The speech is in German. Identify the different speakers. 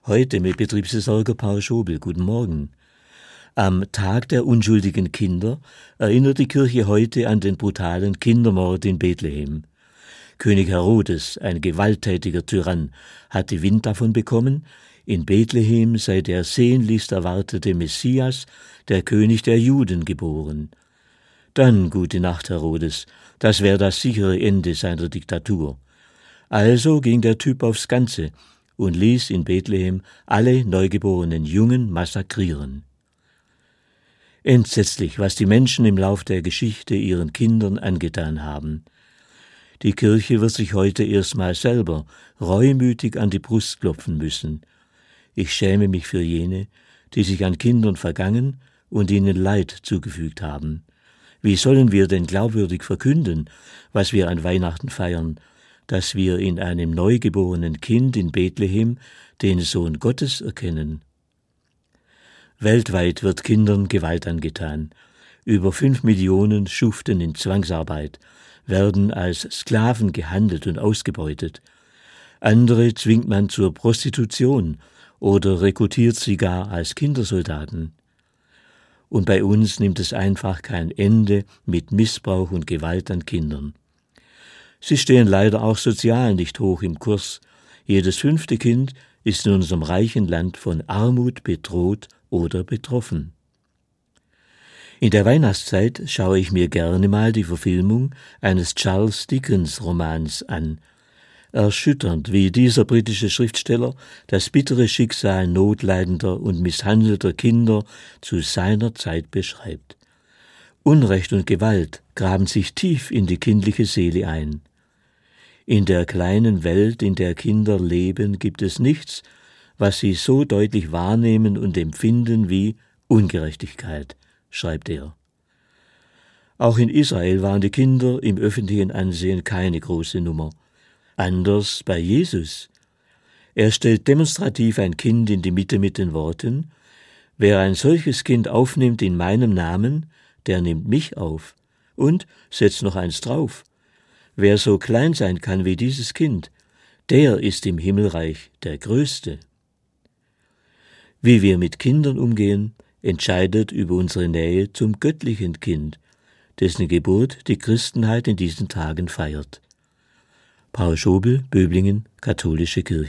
Speaker 1: Heute mit Betriebsversorger Paul Schobel. Guten Morgen. Am Tag der unschuldigen Kinder erinnert die Kirche heute an den brutalen Kindermord in Bethlehem. König Herodes, ein gewalttätiger Tyrann, hatte Wind davon bekommen, in Bethlehem sei der sehnlichst erwartete Messias, der König der Juden, geboren. Dann, gute Nacht, Herodes, das wäre das sichere Ende seiner Diktatur. Also ging der Typ aufs Ganze und ließ in Bethlehem alle neugeborenen Jungen massakrieren. Entsetzlich, was die Menschen im Lauf der Geschichte ihren Kindern angetan haben. Die Kirche wird sich heute erstmal selber reumütig an die Brust klopfen müssen. Ich schäme mich für jene, die sich an Kindern vergangen und ihnen Leid zugefügt haben. Wie sollen wir denn glaubwürdig verkünden, was wir an Weihnachten feiern, dass wir in einem neugeborenen Kind in Bethlehem den Sohn Gottes erkennen? Weltweit wird Kindern Gewalt angetan. Über 5 Millionen schuften in Zwangsarbeit, werden als Sklaven gehandelt und ausgebeutet. Andere zwingt man zur Prostitution oder rekrutiert sie gar als Kindersoldaten. Und bei uns nimmt es einfach kein Ende mit Missbrauch und Gewalt an Kindern. Sie stehen leider auch sozial nicht hoch im Kurs. Jedes 5. Kind ist in unserem reichen Land von Armut bedroht oder betroffen. In der Weihnachtszeit schaue ich mir gerne mal die Verfilmung eines Charles Dickens Romans an. Erschütternd, wie dieser britische Schriftsteller das bittere Schicksal notleidender und misshandelter Kinder zu seiner Zeit beschreibt. Unrecht und Gewalt graben sich tief in die kindliche Seele ein. In der kleinen Welt, in der Kinder leben, gibt es nichts, was sie so deutlich wahrnehmen und empfinden wie Ungerechtigkeit, schreibt er. Auch in Israel waren die Kinder im öffentlichen Ansehen keine große Nummer. Anders bei Jesus. Er stellt demonstrativ ein Kind in die Mitte mit den Worten: Wer ein solches Kind aufnimmt in meinem Namen, der nimmt mich auf. Und setzt noch eins drauf: Wer so klein sein kann wie dieses Kind, der ist im Himmelreich der Größte. Wie wir mit Kindern umgehen, entscheidet über unsere Nähe zum göttlichen Kind, dessen Geburt die Christenheit in diesen Tagen feiert. Paul Schobel, Böblingen, Katholische Kirche.